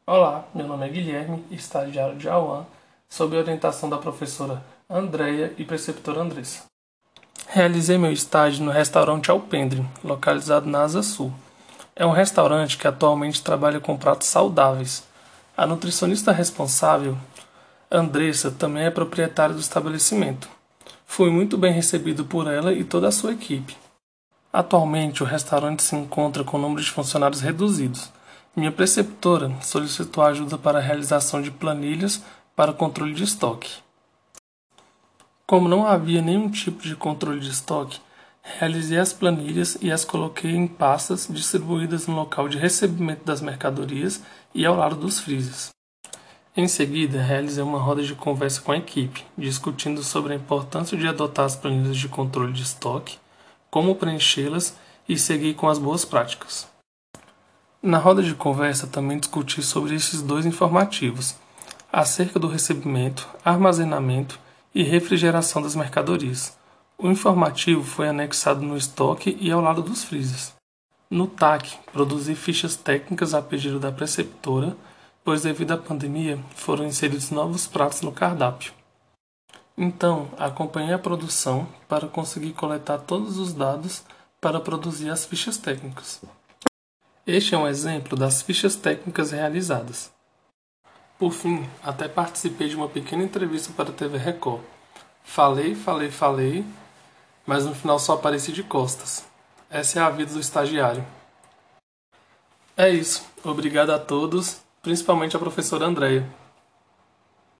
Olá, meu nome é Guilherme, estagiário de A1, sob a orientação da professora Andreia e preceptora Andressa. Realizei meu estágio no restaurante Alpendre, localizado na Asa Sul. É um restaurante que atualmente trabalha com pratos saudáveis. A nutricionista responsável, Andressa, também é proprietária do estabelecimento. Fui muito bem recebido por ela e toda a sua equipe. Atualmente, o restaurante se encontra com o número de funcionários reduzidos. Minha preceptora solicitou ajuda para a realização de planilhas para controle de estoque. Como não havia nenhum tipo de controle de estoque, realizei as planilhas e as coloquei em pastas distribuídas no local de recebimento das mercadorias e ao lado dos freezers. Em seguida, realizei uma roda de conversa com a equipe, discutindo sobre a importância de adotar as planilhas de controle de estoque, como preenchê-las e seguir com as boas práticas. Na roda de conversa também discuti sobre esses dois informativos, acerca do recebimento, armazenamento e refrigeração das mercadorias. O informativo foi anexado no estoque e ao lado dos freezers. No TAC, produzi fichas técnicas a pedido da preceptora, pois devido à pandemia foram inseridos novos pratos no cardápio. Então, acompanhei a produção para conseguir coletar todos os dados para produzir as fichas técnicas. Este é um exemplo das fichas técnicas realizadas. Por fim, até participei de uma pequena entrevista para a TV Record. Falei, mas no final só apareci de costas. Essa é a vida do estagiário. É isso. Obrigado a todos, principalmente a professora Andreia.